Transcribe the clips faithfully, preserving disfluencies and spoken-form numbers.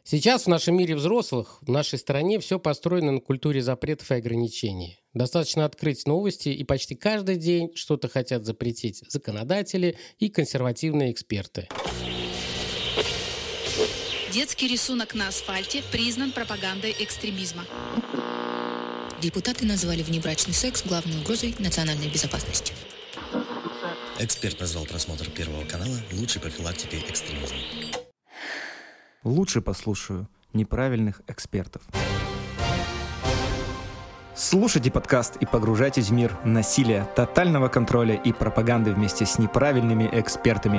Сейчас в нашем мире взрослых, в нашей стране все построено на культуре запретов и ограничений. Достаточно открыть новости, и почти каждый день что-то хотят запретить законодатели и консервативные эксперты. Детский рисунок на асфальте признан пропагандой экстремизма. Депутаты назвали внебрачный секс главной угрозой национальной безопасности. Эксперт назвал просмотр Первого канала лучшей профилактикой экстремизма. Лучше послушаю неправильных экспертов. Слушайте подкаст и погружайтесь в мир насилия, тотального контроля и пропаганды вместе с неправильными экспертами.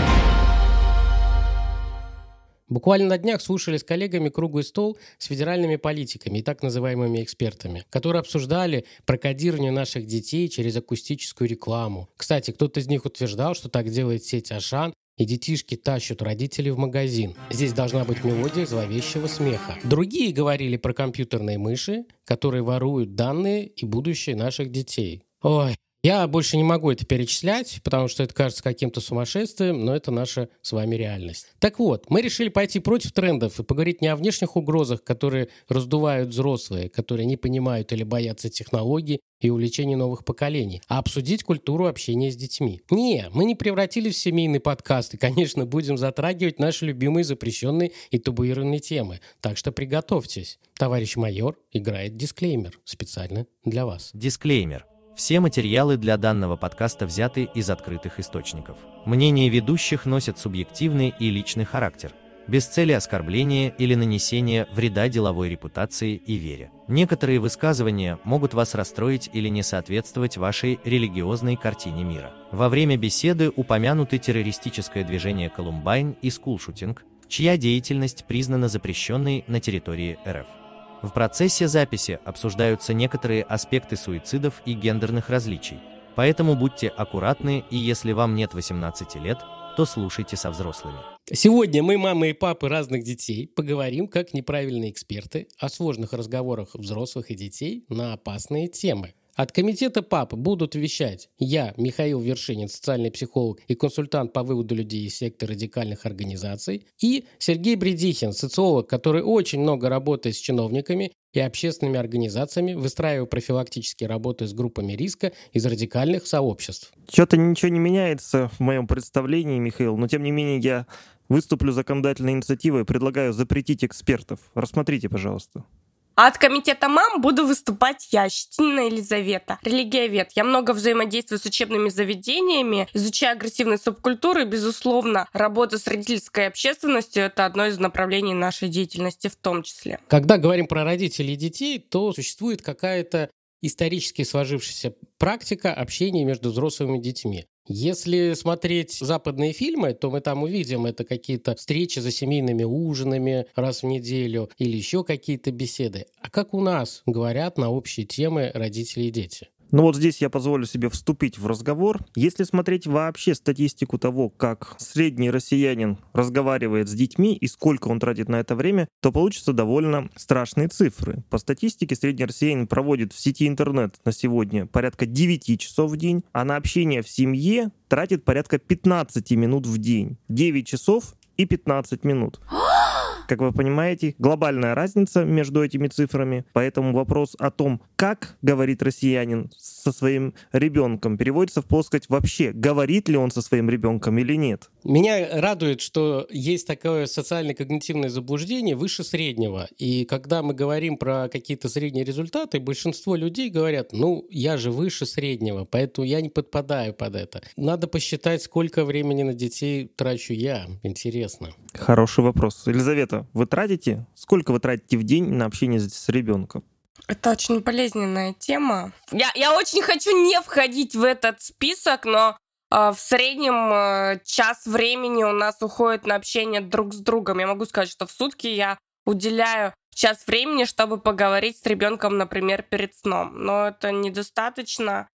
Буквально на днях слушали с коллегами круглый стол с федеральными политиками и так называемыми экспертами, которые обсуждали прокодирование наших детей через акустическую рекламу. Кстати, кто-то из них утверждал, что так делает сеть Ашан, и детишки тащат родителей в магазин. Здесь должна быть мелодия зловещего смеха. Другие говорили про компьютерные мыши, которые воруют данные и будущее наших детей. Ой, я больше не могу это перечислять, потому что это кажется каким-то сумасшествием, но это наша с вами реальность. Так вот, мы решили пойти против трендов и поговорить не о внешних угрозах, которые раздувают взрослые, которые не понимают или боятся технологий и увлечений новых поколений, а обсудить культуру общения с детьми. Не, мы не превратились в семейный подкаст и, конечно, будем затрагивать наши любимые запрещенные и табуированные темы. Так что приготовьтесь. Товарищ майор играет дисклеймер специально для вас. Дисклеймер. Все материалы для данного подкаста взяты из открытых источников. Мнения ведущих носят субъективный и личный характер, без цели оскорбления или нанесения вреда деловой репутации и вере. Некоторые высказывания могут вас расстроить или не соответствовать вашей религиозной картине мира. Во время беседы упомянуты террористическое движение Колумбайн и скулшутинг, чья деятельность признана запрещенной на территории эр эф. В процессе записи обсуждаются некоторые аспекты суицидов и гендерных различий, поэтому будьте аккуратны, и если вам нет восемнадцати лет, то слушайте со взрослыми. Сегодня мы, мамы и папы разных детей, поговорим, как неправильные эксперты, о сложных разговорах взрослых и детей на опасные темы. От комитета пап будут вещать я, Михаил Вершинин, социальный психолог и консультант по выводу людей из секты радикальных организаций, и Сергей Бредихин, социолог, который очень много работает с чиновниками и общественными организациями, выстраивая профилактические работы с группами риска из радикальных сообществ. Что-то ничего не меняется в моем представлении, Михаил, но тем не менее я выступлю законодательной инициативой и предлагаю запретить экспертов. Рассмотрите, пожалуйста. А от комитета мам буду выступать я, Щетинина Елизавета, религиовед. Я много взаимодействую с учебными заведениями, изучаю агрессивные субкультуры. Безусловно, работа с родительской общественностью – это одно из направлений нашей деятельности в том числе. Когда говорим про родителей и детей, то существует какая-то исторически сложившаяся практика общения между взрослыми и детьми. Если смотреть западные фильмы, то мы там увидим это какие-то встречи за семейными ужинами раз в неделю или еще какие-то беседы. А как у нас говорят на общие темы родители и дети? Ну вот здесь я позволю себе вступить в разговор. Если смотреть вообще статистику того, как средний россиянин разговаривает с детьми и сколько он тратит на это время, то получатся довольно страшные цифры. По статистике средний россиянин проводит в сети интернет на сегодня порядка девять часов в день, а на общение в семье тратит порядка пятнадцать минут в день. девять часов и пятнадцать минут. Как вы понимаете, глобальная разница между этими цифрами, поэтому вопрос о том, как говорит россиянин со своим ребенком, переводится в плоскость вообще, говорит ли он со своим ребенком или нет. Меня радует, что есть такое социально-когнитивное заблуждение выше среднего. И когда мы говорим про какие-то средние результаты, большинство людей говорят, ну, я же выше среднего, поэтому я не подпадаю под это. Надо посчитать, сколько времени на детей трачу я. Интересно. Хороший вопрос. Елизавета, вы тратите? Сколько вы тратите в день на общение с ребенком? Это очень болезненная тема. Я, я очень хочу не входить в этот список, но э, в среднем э, час времени у нас уходит на общение друг с другом. Я могу сказать, что в сутки я уделяю час времени, чтобы поговорить с ребенком, например, перед сном. Но это недостаточно,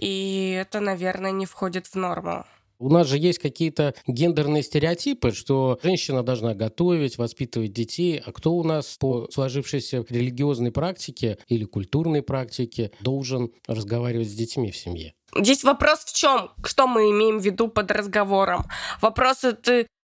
и это, наверное, не входит в норму. У нас же есть какие-то гендерные стереотипы, что женщина должна готовить, воспитывать детей, а кто у нас по сложившейся религиозной практике или культурной практике должен разговаривать с детьми в семье? Здесь вопрос в чем? Что мы имеем в виду под разговором? Вопрос это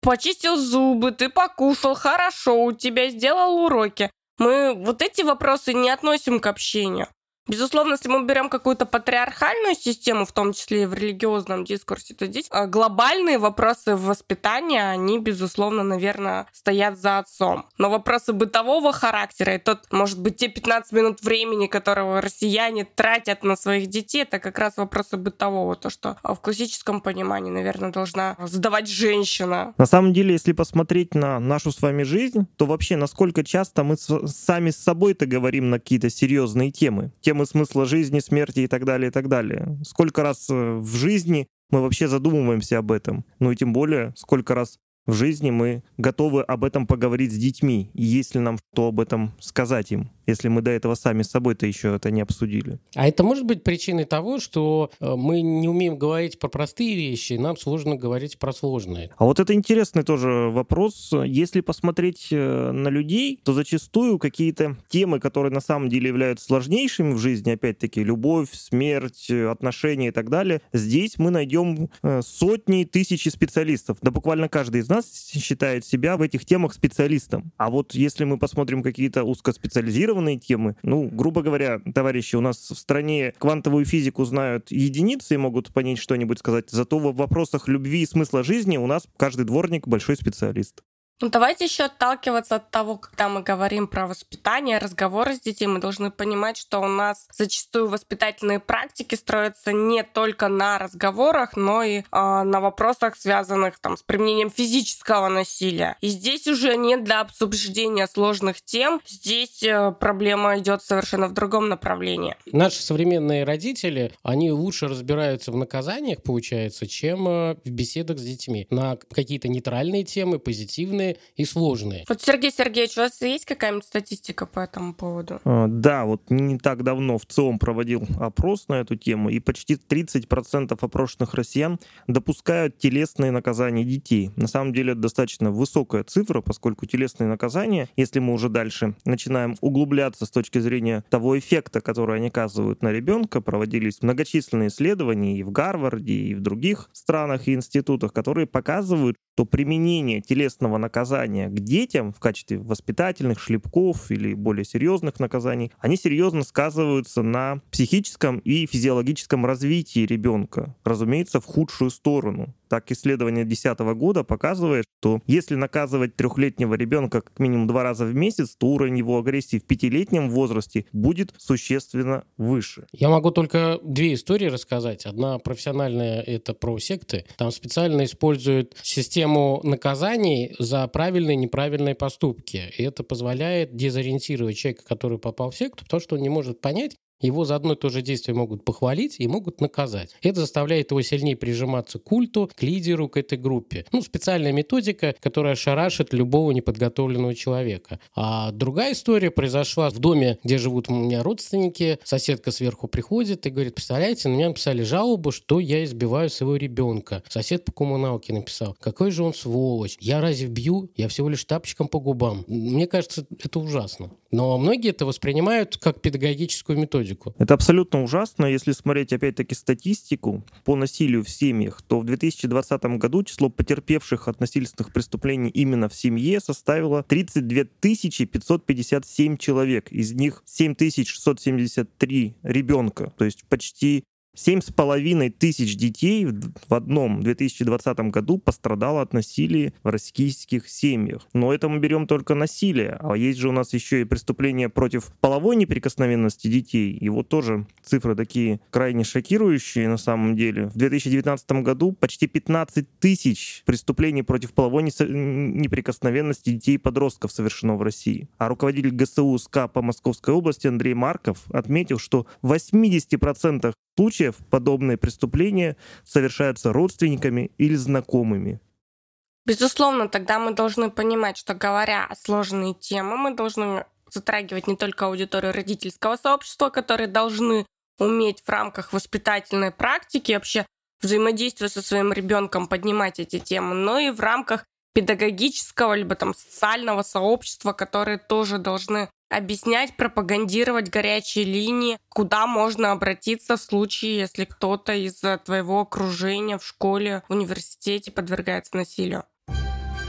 почистил зубы, ты покушал, хорошо, у тебя сделал уроки. Мы вот эти вопросы не относим к общению. Безусловно, если мы берем какую-то патриархальную систему, в том числе и в религиозном дискурсе, то здесь глобальные вопросы воспитания, они, безусловно, наверное, стоят за отцом. Но вопросы бытового характера, и тот, может быть, те пятнадцать минут времени, которого россияне тратят на своих детей, это как раз вопросы бытового, то, что в классическом понимании, наверное, должна задавать женщина. На самом деле, если посмотреть на нашу с вами жизнь, то вообще, насколько часто мы с- сами с собой-то говорим на какие-то серьезные темы. Темы смысла жизни, смерти и так далее, и так далее. Сколько раз э, в жизни мы вообще задумываемся об этом? Ну и тем более, сколько раз в жизни мы готовы об этом поговорить с детьми, и есть ли нам что об этом сказать им, если мы до этого сами с собой-то еще это не обсудили. А это может быть причиной того, что э, мы не умеем говорить про простые вещи, и нам сложно говорить про сложные. А вот это интересный тоже вопрос. Если посмотреть э, на людей, то зачастую какие-то темы, которые на самом деле являются сложнейшими в жизни, опять-таки любовь, смерть, э, отношения и так далее, здесь мы найдем э, сотни, тысячи специалистов. Да буквально каждый из нас считает себя в этих темах специалистом. А вот если мы посмотрим какие-то узкоспециализированные темы, ну, грубо говоря, товарищи, у нас в стране квантовую физику знают единицы и могут по ней что-нибудь сказать, зато в вопросах любви и смысла жизни у нас каждый дворник большой специалист. Ну, давайте еще отталкиваться от того, когда мы говорим про воспитание, разговоры с детьми, мы должны понимать, что у нас зачастую воспитательные практики строятся не только на разговорах, но и э, на вопросах, связанных там, с применением физического насилия. И здесь уже не для обсуждения сложных тем, здесь э, проблема идет совершенно в другом направлении. Наши современные родители, они лучше разбираются в наказаниях, получается, чем э, в беседах с детьми. На какие-то нейтральные темы, позитивные и сложные. Вот, Сергей Сергеевич, у вас есть какая-нибудь статистика по этому поводу? А, да, вот не так давно в ЦИОМ проводил опрос на эту тему, и почти тридцать процентов опрошенных россиян допускают телесные наказания детей. На самом деле это достаточно высокая цифра, поскольку телесные наказания, если мы уже дальше начинаем углубляться с точки зрения того эффекта, который они оказывают на ребенка, проводились многочисленные исследования и в Гарварде, и в других странах и институтах, которые показывают, что применение телесного наказания к детям в качестве воспитательных шлепков или более серьезных наказаний, они серьезно сказываются на психическом и физиологическом развитии ребенка, разумеется, в худшую сторону. Так, исследование две тысячи десятого года показывает, что если наказывать трехлетнего ребенка как минимум два раза в месяц, то уровень его агрессии в пятилетнем возрасте будет существенно выше. Я могу только две истории рассказать. Одна профессиональная — это про секты. Там специально используют систему наказаний за правильные и неправильные поступки. И это позволяет дезориентировать человека, который попал в секту, потому что он не может понять, его за одно и то же действие могут похвалить и могут наказать. Это заставляет его сильнее прижиматься к культу, к лидеру, к этой группе. Ну, специальная методика, которая шарашит любого неподготовленного человека. А другая история произошла в доме, где живут у меня родственники. Соседка сверху приходит и говорит: представляете, на меня написали жалобу, что я избиваю своего ребенка. Сосед по коммуналке написал: какой же он сволочь. Я разве бью? Я всего лишь тапочком по губам. Мне кажется, это ужасно. Но многие это воспринимают как педагогическую методику. Это абсолютно ужасно. Если смотреть, опять-таки, статистику по насилию в семьях, то в две тысячи двадцатом году число потерпевших от насильственных преступлений именно в семье составило тридцать две тысячи пятьсот пятьдесят семь человек. Из них семь тысяч шестьсот семьдесят три ребенка, то есть почти Семь с половиной тысяч детей в одном две тысячи двадцатом году пострадало от насилия в российских семьях. Но это мы берем только насилие. А есть же у нас еще и преступления против половой неприкосновенности детей. И вот тоже цифры такие крайне шокирующие на самом деле. В две тысячи девятнадцатом году почти пятнадцать тысяч преступлений против половой неприкосновенности детей и подростков совершено в России. А руководитель ГСУ СК по Московской области Андрей Марков отметил, что в восьмидесяти процентах случаев подобные преступления совершаются родственниками или знакомыми. Безусловно, тогда мы должны понимать, что, говоря о сложные темы, мы должны затрагивать не только аудиторию родительского сообщества, которые должны уметь в рамках воспитательной практики вообще взаимодействия со своим ребенком поднимать эти темы, но и в рамках педагогического либо там социального сообщества, которые тоже должны объяснять, пропагандировать горячие линии, куда можно обратиться в случае, если кто-то из твоего окружения в школе, в университете подвергается насилию.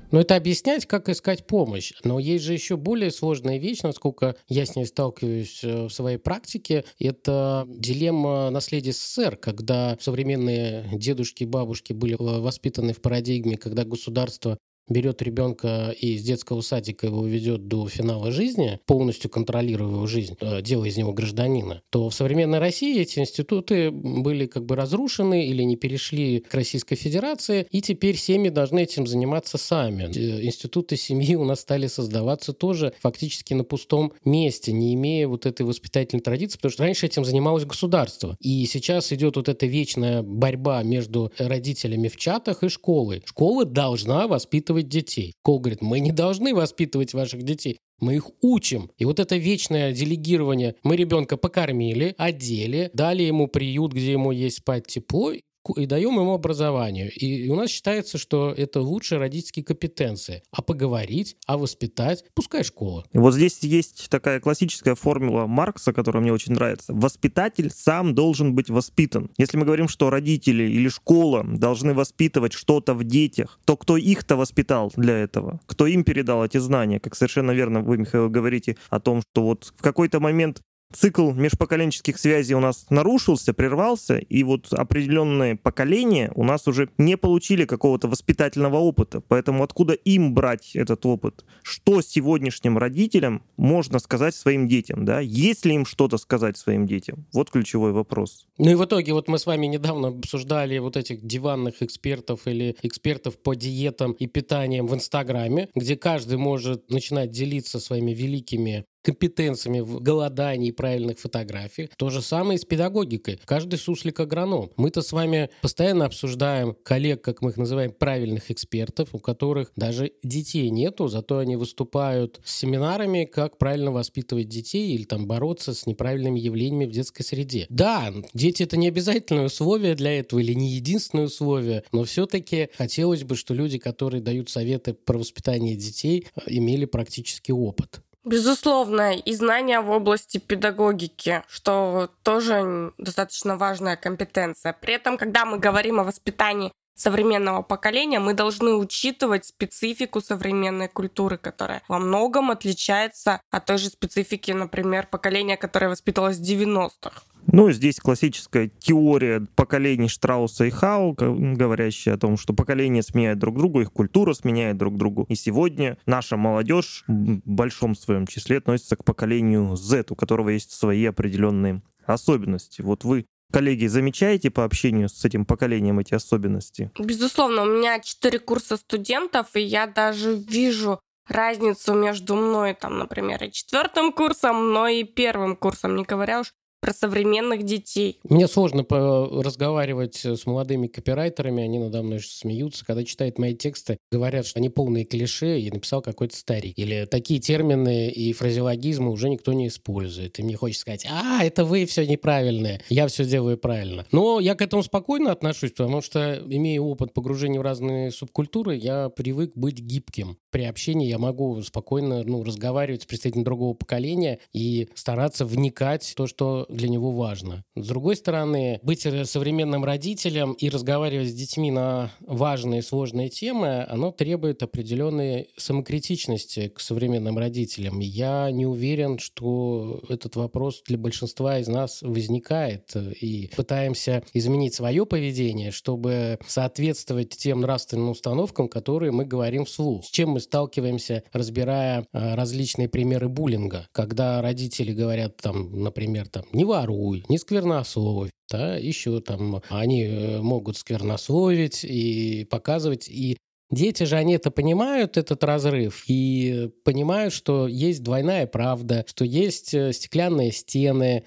Но это объяснять, как искать помощь. Но есть же еще более сложная вещь, насколько я с ней сталкиваюсь в своей практике. Это дилемма наследия СССР, когда современные дедушки и бабушки были воспитаны в парадигме, когда государство берет ребенка и из детского садика его ведет до финала жизни, полностью контролируя его жизнь, делая из него гражданина, то в современной России эти институты были как бы разрушены или не перешли к Российской Федерации, и теперь семьи должны этим заниматься сами. Институты семьи у нас стали создаваться тоже фактически на пустом месте, не имея вот этой воспитательной традиции, потому что раньше этим занималось государство. И сейчас идет вот эта вечная борьба между родителями в чатах и школой. Школа должна воспитывать детей. Школа говорит, мы не должны воспитывать ваших детей, мы их учим. И вот это вечное делегирование. Мы ребенка покормили, одели, дали ему приют, где ему есть спать тепло, и даем ему образование. И у нас считается, что это лучшие родительские компетенции. А поговорить, а воспитать, пускай школа. И вот здесь есть такая классическая формула Маркса, которая мне очень нравится. Воспитатель сам должен быть воспитан. Если мы говорим, что родители или школа должны воспитывать что-то в детях, то кто их-то воспитал для этого? Кто им передал эти знания? Как совершенно верно вы, Михаил, говорите о том, что вот в какой-то момент цикл межпоколенческих связей у нас нарушился, прервался, и вот определенные поколения у нас уже не получили какого-то воспитательного опыта. Поэтому откуда им брать этот опыт? Что сегодняшним родителям можно сказать своим детям? Да? Есть ли им что-то сказать своим детям? Вот ключевой вопрос. Ну и в итоге вот мы с вами недавно обсуждали вот этих диванных экспертов или экспертов по диетам и питаниям в Инстаграме, где каждый может начинать делиться своими великими компетенциями в голодании и правильных фотографиях. То же самое и с педагогикой. Каждый суслик-агроном. Мы-то с вами постоянно обсуждаем коллег, как мы их называем, правильных экспертов, у которых даже детей нету, зато они выступают с семинарами, как правильно воспитывать детей или там бороться с неправильными явлениями в детской среде. Да, дети — это не обязательное условие для этого или не единственное условие, но все-таки хотелось бы, что люди, которые дают советы про воспитание детей, имели практический опыт. Безусловно, и знания в области педагогики, что тоже достаточно важная компетенция. При этом, когда мы говорим о воспитании современного поколения, мы должны учитывать специфику современной культуры, которая во многом отличается от той же специфики, например, поколения, которое воспитывалось в девяностых. Ну, здесь классическая теория поколений Штрауса и Хау, говорящая о том, что поколения сменяют друг друга, их культура сменяет друг другу. И сегодня наша молодежь в большом своем числе относится к поколению Z, у которого есть свои определенные особенности. Вот вы, коллеги, замечаете по общению с этим поколением эти особенности? Безусловно, у меня четыре курса студентов, и я даже вижу разницу между мной, там, например, и четвертым курсом, но и первым курсом, не говоря уж про современных детей. Мне сложно разговаривать с молодыми копирайтерами, они надо мной смеются. Когда читают мои тексты, говорят, что они полные клише, и написал какой-то старик. Или такие термины и фразеологизмы уже никто не использует. И мне хочется сказать, а, это вы все неправильное, я все делаю правильно. Но я к этому спокойно отношусь, потому что, имея опыт погружения в разные субкультуры, я привык быть гибким. При общении я могу спокойно ну, разговаривать с представителями другого поколения и стараться вникать в то, что для него важно. С другой стороны, быть современным родителем и разговаривать с детьми на важные сложные темы, оно требует определенной самокритичности к современным родителям. И я не уверен, что этот вопрос для большинства из нас возникает. И пытаемся изменить свое поведение, чтобы соответствовать тем нравственным установкам, которые мы говорим вслух. С чем мы сталкиваемся, разбирая различные примеры буллинга, когда родители говорят, там, например, там, не воруй, не сквернословь, да, еще там они могут сквернословить и показывать, и дети же, они это понимают, этот разрыв, и понимают, что есть двойная правда, что есть стеклянные стены,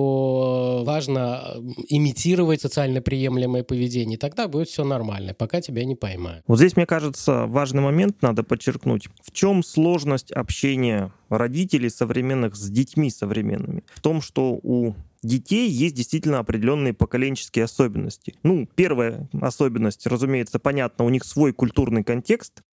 что важно имитировать социально приемлемое поведение, и тогда будет все нормально, пока тебя не поймают. Вот здесь, мне кажется, важный момент надо подчеркнуть. В чем сложность общения родителей современных с детьми современными? В том, что у детей есть действительно определенные поколенческие особенности. Ну, первая особенность, разумеется, понятно, у них свой культурный контекст,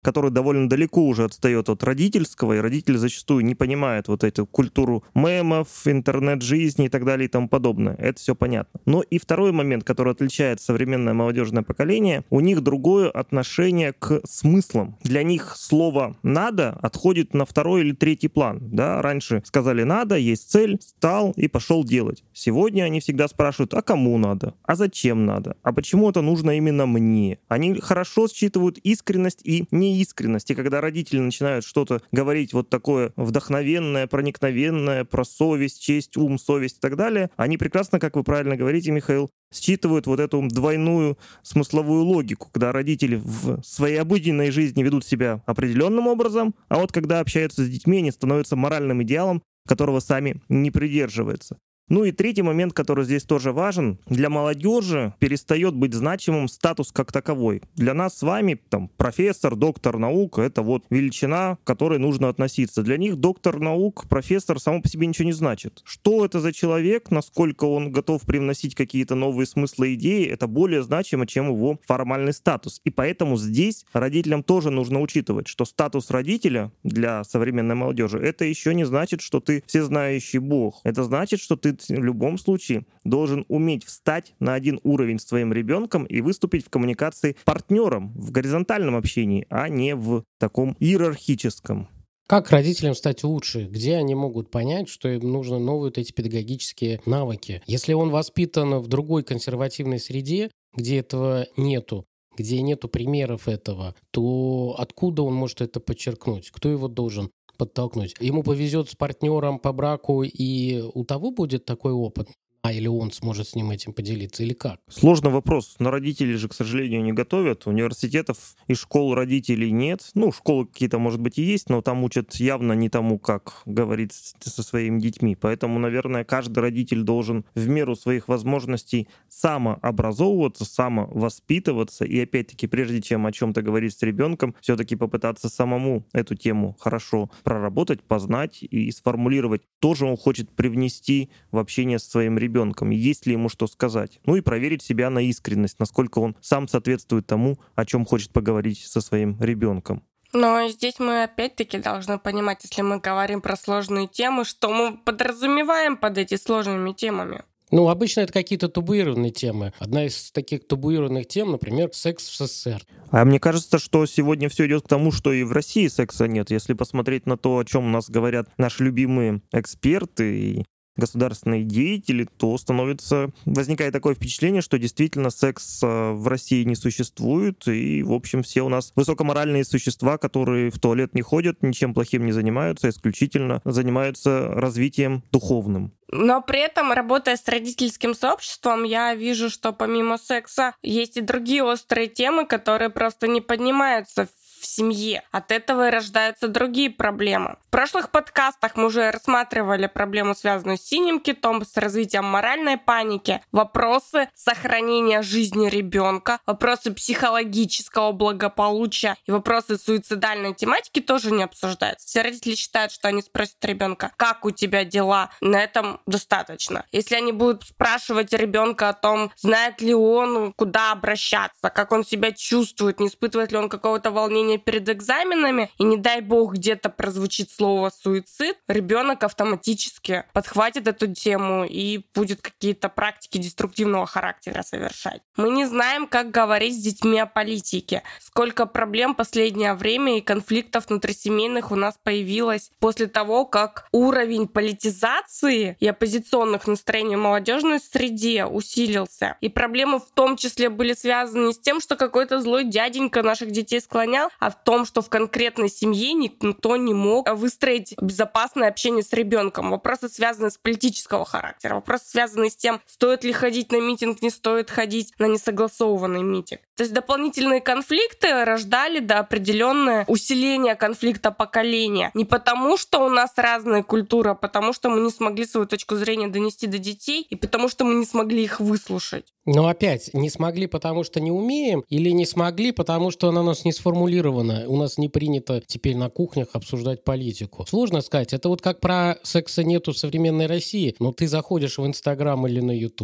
который довольно далеко уже отстает от родительского, и родители зачастую не понимают вот эту культуру мемов, интернет-жизни и так далее и тому подобное. Это все понятно. Но и второй момент, который отличает современное молодежное поколение, у них другое отношение к смыслам. Для них слово «надо» отходит на второй или третий план. Да? Раньше сказали «надо», есть цель, встал и пошел делать. Сегодня они всегда спрашивают, а кому надо? А зачем надо? А почему это нужно именно мне? Они хорошо считывают искренность и неискренность. И когда родители начинают что-то говорить вот такое вдохновенное, проникновенное, про совесть, честь, ум, совесть и так далее, они прекрасно, как вы правильно говорите, Михаил, считывают вот эту двойную смысловую логику, когда родители в своей обыденной жизни ведут себя определенным образом, а вот когда общаются с детьми, они становятся моральным идеалом, которого сами не придерживаются. Ну и третий момент, который здесь тоже важен, для молодежи перестает быть значимым статус как таковой. Для нас с вами там профессор, доктор наук — это вот величина, к которой нужно относиться. Для них доктор наук, профессор само по себе ничего не значит. Что это за человек, насколько он готов привносить какие-то новые смыслы, идеи, это более значимо, чем его формальный статус. И поэтому здесь родителям тоже нужно учитывать, что статус родителя для современной молодежи — это еще не значит, что ты всезнающий Бог. Это значит, что ты в любом случае должен уметь встать на один уровень с своим ребенком и выступить в коммуникации партнером, в горизонтальном общении, а не в таком иерархическом. Как родителям стать лучше? Где они могут понять, что им нужны новые вот эти педагогические навыки? Если он воспитан в другой консервативной среде, где этого нету, где нету примеров этого, то откуда он может это подчеркнуть? Кто его должен подтолкнуть? Ему повезет с партнером по браку, и у того будет такой опыт? А или он сможет с ним этим поделиться, или как? Сложный вопрос. Но родители же, к сожалению, не готовят. Университетов и школ родителей нет. Ну, школы какие-то, может быть, и есть, но там учат явно не тому, как говорить со своими детьми. Поэтому, наверное, каждый родитель должен в меру своих возможностей самообразовываться, самовоспитываться. И опять-таки, прежде чем о чем-то говорить с ребенком, все-таки попытаться самому эту тему хорошо проработать, познать и сформулировать, что же он хочет привнести в общение с своим ребенком. Ребенком, есть ли ему что сказать. Ну и проверить себя на искренность, насколько он сам соответствует тому, о чем хочет поговорить со своим ребенком. Но здесь мы опять-таки должны понимать, если мы говорим про сложные темы, что мы подразумеваем под эти сложными темами. Ну, обычно это какие-то табуированные темы. Одна из таких табуированных тем, например, секс в СССР. А мне кажется, что сегодня все идет к тому, что и в России секса нет. Если посмотреть на то, о чем у нас говорят наши любимые эксперты и государственные деятели, то становится, возникает такое впечатление, что действительно секс в России не существует, и, в общем, все у нас высокоморальные существа, которые в туалет не ходят, ничем плохим не занимаются, исключительно занимаются развитием духовным. Но при этом, работая с родительским сообществом, я вижу, что помимо секса есть и другие острые темы, которые просто не поднимаются в семье. От этого и рождаются другие проблемы. В прошлых подкастах мы уже рассматривали проблему, связанную с синим китом, с развитием моральной паники, вопросы сохранения жизни ребенка, вопросы психологического благополучия и вопросы суицидальной тематики тоже не обсуждаются. Все родители считают, что они спросят ребенка, как у тебя дела, на этом достаточно. Если они будут спрашивать ребенка о том, знает ли он, куда обращаться, как он себя чувствует, не испытывает ли он какого-то волнения перед экзаменами, и не дай бог где-то прозвучит слово суицид, ребенок автоматически подхватит эту тему и будет какие-то практики деструктивного характера совершать. Мы не знаем, как говорить с детьми о политике. Сколько проблем в последнее время и конфликтов внутрисемейных у нас появилось после того, как уровень политизации и оппозиционных настроений в молодежной среде усилился. И проблемы в том числе были связаны не с тем, что какой-то злой дяденька наших детей склонял, а в том, что в конкретной семье никто не мог выстроить безопасное общение с ребенком. Вопросы связаны с политического характера. Вопросы связаны с тем, стоит ли ходить на митинг, не стоит ходить на несогласованный митинг. То есть дополнительные конфликты рождали до определенное усиление конфликта поколения. Не потому, что у нас разная культура, а потому, что мы не смогли свою точку зрения донести до детей, и потому, что мы не смогли их выслушать. Но опять, не смогли, потому что не умеем, или не смогли, потому что она у нас не сформулирована, у нас не принято теперь на кухнях обсуждать политику. Сложно сказать. Это вот как про секса нету в современной России, но ты заходишь в Инстаграм или на Ютуб,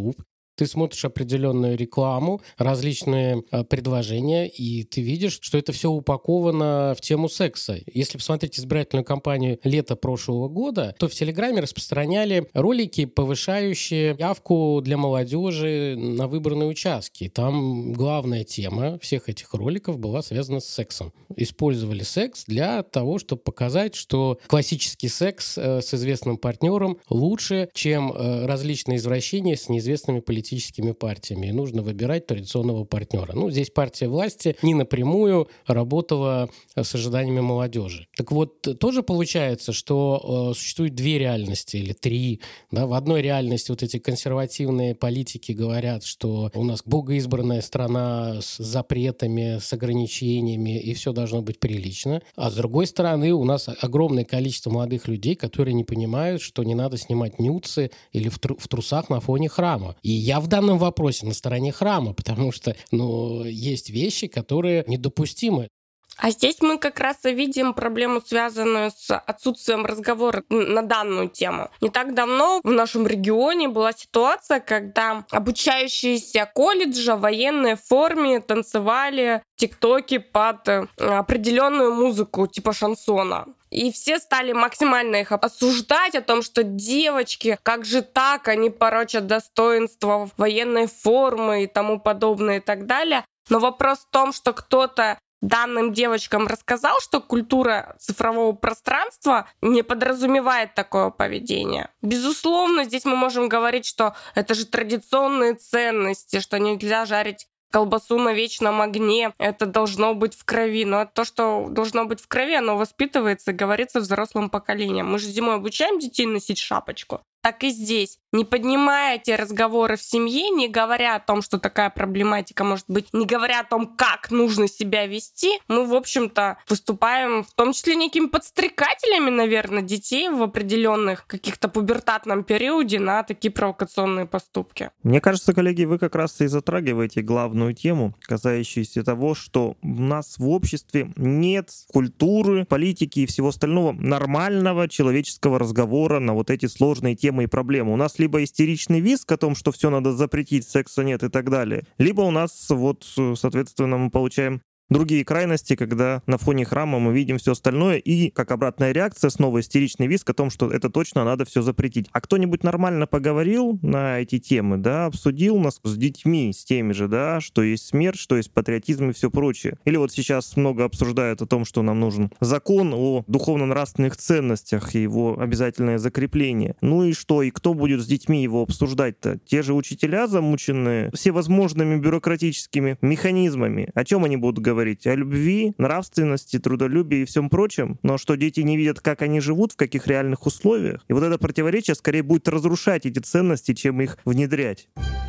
Ты смотришь определенную рекламу, различные э, предложения, и ты видишь, что это все упаковано в тему секса. Если посмотреть избирательную кампанию лета прошлого года, то в Телеграме распространяли ролики, повышающие явку для молодежи на выбранные участки. Там главная тема всех этих роликов была связана с сексом. Использовали секс для того, чтобы показать, что классический секс э, с известным партнером лучше, чем э, различные извращения с неизвестными политическими партиями. И нужно выбирать традиционного партнера. Ну, здесь партия власти не напрямую работала с ожиданиями молодежи. Так вот, тоже получается, что э, существует две реальности или три. Да? В одной реальности вот эти консервативные политики говорят, что у нас богоизбранная страна с запретами, с ограничениями, и все должно быть прилично. А с другой стороны, у нас огромное количество молодых людей, которые не понимают, что не надо снимать нюдсы или в, тру- в трусах на фоне храма. И я в данном вопросе на стороне храма, потому что, ну, есть вещи, которые недопустимы. А здесь мы как раз и видим проблему, связанную с отсутствием разговора на данную тему. Не так давно в нашем регионе была ситуация, когда обучающиеся колледжа в военной форме танцевали тиктоки под определенную музыку типа шансона. И все стали максимально их осуждать о том, что девочки, как же так, они порочат достоинство военной формы и тому подобное и так далее. Но вопрос в том, что кто-то данным девочкам рассказал, что культура цифрового пространства не подразумевает такое поведение. Безусловно, здесь мы можем говорить, что это же традиционные ценности, что нельзя жарить колбасу на вечном огне, это должно быть в крови. Но то, что должно быть в крови, оно воспитывается и говорится взрослым поколением. Мы же зимой обучаем детей носить шапочку. Так и здесь. Не поднимая эти разговоры в семье, не говоря о том, что такая проблематика может быть, не говоря о том, как нужно себя вести, мы, в общем-то, выступаем в том числе некими подстрекателями, наверное, детей в определенных каких-то пубертатном периоде на такие провокационные поступки. Мне кажется, коллеги, вы как раз и затрагиваете главную тему, касающуюся того, что у нас в обществе нет культуры, политики и всего остального нормального человеческого разговора на вот эти сложные темы и проблемы. У нас либо истеричный визг о том, что все надо запретить, секса нет и так далее, либо у нас вот, соответственно, мы получаем другие крайности, когда на фоне храма мы видим все остальное, и как обратная реакция снова истеричный визг о том, что это точно надо все запретить. А кто-нибудь нормально поговорил на эти темы, да, обсудил нас с детьми, с теми же, да, что есть смерть, что есть патриотизм и все прочее. Или вот сейчас много обсуждают о том, что нам нужен закон о духовно-нравственных ценностях и его обязательное закрепление. Ну и что, и кто будет с детьми его обсуждать-то? Те же учителя, замученные всевозможными бюрократическими механизмами. О чем они будут говорить? О любви, нравственности, трудолюбии и всем прочем, но что дети не видят, как они живут, в каких реальных условиях. И вот это противоречие скорее будет разрушать эти ценности, чем их внедрять.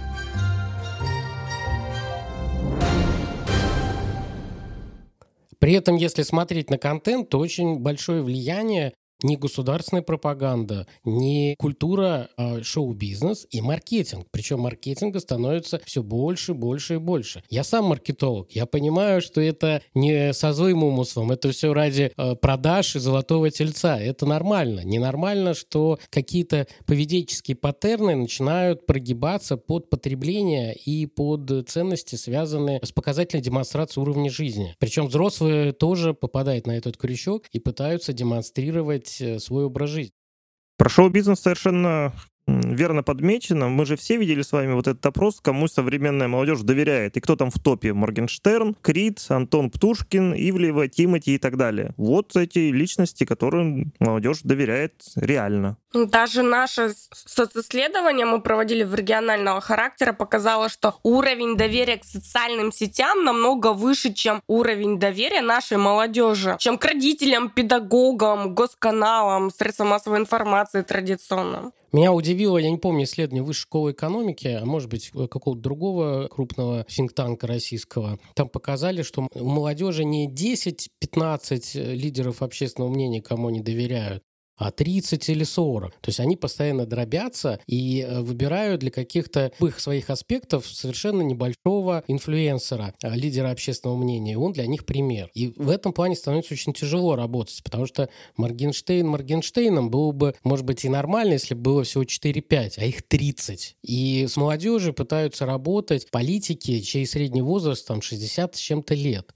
При этом, если смотреть на контент, то очень большое влияние не государственная пропаганда, не культура, а шоу-бизнес и маркетинг. Причем маркетинга становится все больше, больше и больше. Я сам маркетолог. Я понимаю, что это не со злым умыслом, это все ради э, продаж и золотого тельца. Это нормально. Ненормально, что какие-то поведенческие паттерны начинают прогибаться под потребление и под ценности, связанные с показательной демонстрацией уровня жизни. Причем взрослые тоже попадают на этот крючок и пытаются демонстрировать свой образ жизни. Про шоу-бизнес совершенно верно подмечено. Мы же все видели с вами вот этот опрос, кому современная молодежь доверяет. И кто там в топе? Моргенштерн, Крид, Антон Птушкин, Ивлеева, Тимати и так далее. Вот эти личности, которым молодежь доверяет реально. Даже наше социсследование мы проводили в регионального характера, показало, что уровень доверия к социальным сетям намного выше, чем уровень доверия нашей молодежи, чем к родителям, педагогам, госканалам, средствам массовой информации традиционным. Меня удивило, я не помню, исследование Высшей школы экономики, а может быть, какого-то другого крупного think-танка российского. Там показали, что у молодежи не десять-пятнадцать лидеров общественного мнения, кому они доверяют, а тридцать или сорок. То есть они постоянно дробятся и выбирают для каких-то их своих аспектов совершенно небольшого инфлюенсера, лидера общественного мнения. Он для них пример. И в этом плане становится очень тяжело работать, потому что Моргенштерн Моргенштерном было бы, может быть, и нормально, если бы было всего четыре-пять, а их тридцать. И с молодежью пытаются работать политики, чей средний возраст там шестьдесят с чем-то лет.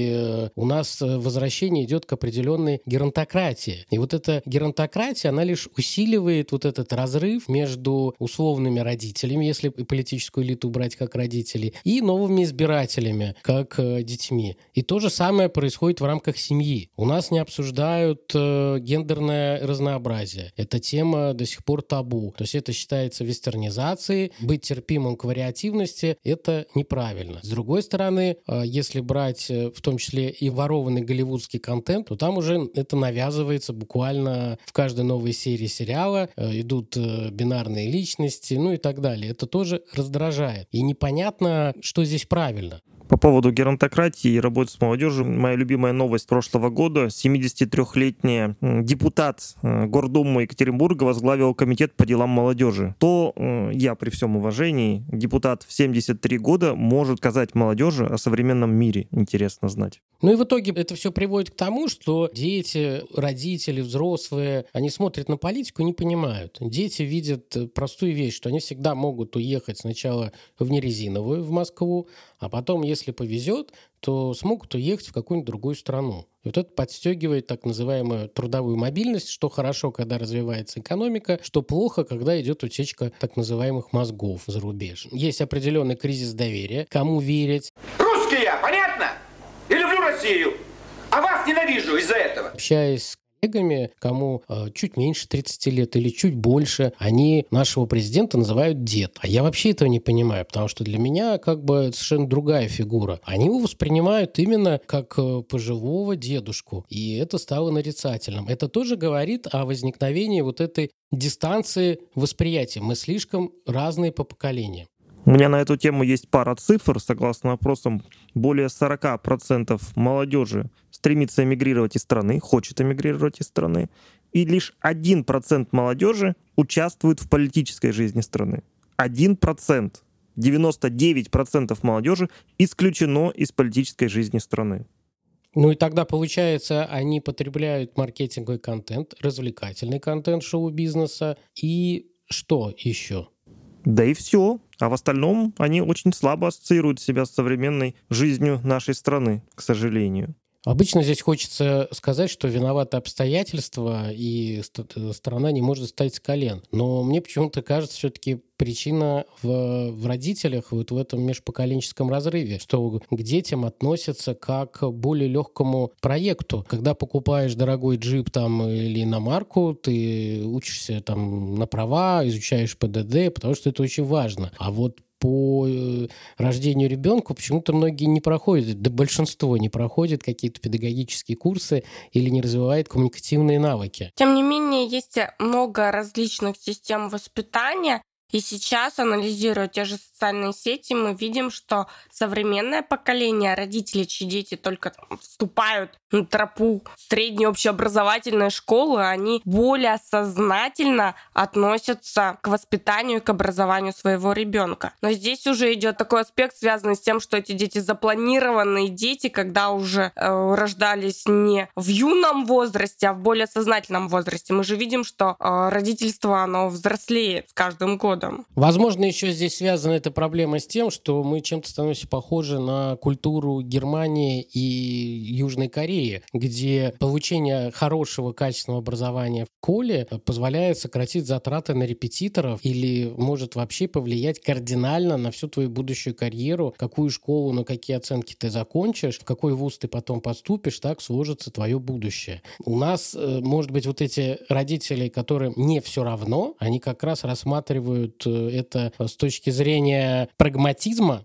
И у нас возвращение идет к определенной геронтократии. И вот эта геронтократия Геронтократия, она лишь усиливает вот этот разрыв между условными родителями, если политическую элиту брать как родителей, и новыми избирателями, как э, детьми. И то же самое происходит в рамках семьи. У нас не обсуждают э, гендерное разнообразие. Эта тема до сих пор табу. То есть это считается вестернизацией. Быть терпимым к вариативности — это неправильно. С другой стороны, э, если брать э, в том числе и ворованный голливудский контент, то там уже это навязывается буквально в каждой новой серии сериала, э, идут э, бинарные личности, ну и так далее. Это тоже раздражает. И непонятно, что здесь правильно. По поводу геронтократии и работы с молодежью, моя любимая новость прошлого года. семидесятитрёхлетняя депутат Гордумы Екатеринбурга возглавила комитет по делам молодежи. То я, при всем уважении, депутат в семьдесят три года может сказать молодежи о современном мире. Интересно знать. Ну и в итоге это все приводит к тому, что дети, родители, взрослые, они смотрят на политику и не понимают. Дети видят простую вещь, что они всегда могут уехать сначала в нерезиновую, в Москву, а потом, если повезет, то смогут уехать в какую-нибудь другую страну. И вот это подстегивает так называемую трудовую мобильность, что хорошо, когда развивается экономика, что плохо, когда идет утечка так называемых мозгов за рубеж. Есть определенный кризис доверия. Кому верить? Русские, понятно? Я люблю Россию, а вас ненавижу из-за этого. Общаясь с коллегами, кому э, чуть меньше тридцати лет или чуть больше, они нашего президента называют дед. А я вообще этого не понимаю, потому что для меня как бы совершенно другая фигура. Они его воспринимают именно как э, пожилого дедушку, и это стало нарицательным. Это тоже говорит о возникновении вот этой дистанции восприятия. Мы слишком разные по поколениям. У меня на эту тему есть пара цифр. Согласно опросам, более сорок процентов молодежи стремится эмигрировать из страны, хочет эмигрировать из страны, и лишь один процент молодежи участвует в политической жизни страны. один процент. девяносто девять процентов молодежи исключено из политической жизни страны. Ну и тогда, получается, они потребляют маркетинговый контент, развлекательный контент шоу-бизнеса и что еще? Да и все. А в остальном они очень слабо ассоциируют себя с современной жизнью нашей страны, к сожалению. Обычно здесь хочется сказать, что виноваты обстоятельства, и страна не может встать с колен. Но мне почему-то кажется, все-таки причина в, в родителях, вот в этом межпоколенческом разрыве, что к детям относятся как к более легкому проекту. Когда покупаешь дорогой джип там, или иномарку, ты учишься там, на права, изучаешь ПДД, потому что это очень важно. А вот по рождению ребенка почему-то многие не проходят, да большинство не проходит какие-то педагогические курсы или не развивает коммуникативные навыки. Тем не менее, есть много различных систем воспитания. И сейчас, анализируя те же социальные сети, мы видим, что современное поколение родителей, чьи дети только вступают на тропу средней общеобразовательной школы, они более сознательно относятся к воспитанию и к образованию своего ребенка. Но здесь уже идет такой аспект, связанный с тем, что эти дети запланированные дети, когда уже э, рождались не в юном возрасте, а в более сознательном возрасте. Мы же видим, что э, родительство, оно взрослеет с каждым годом. Возможно, еще здесь связана эта проблема с тем, что мы чем-то становимся похожи на культуру Германии и Южной Кореи, где получение хорошего, качественного образования в школе позволяет сократить затраты на репетиторов или может вообще повлиять кардинально на всю твою будущую карьеру, какую школу, на какие оценки ты закончишь, в какой вуз ты потом поступишь, так сложится твое будущее. У нас, может быть, вот эти родители, которым не все равно, они как раз рассматривают это с точки зрения прагматизма.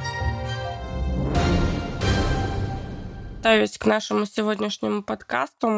Готовясь к нашему сегодняшнему подкасту, мы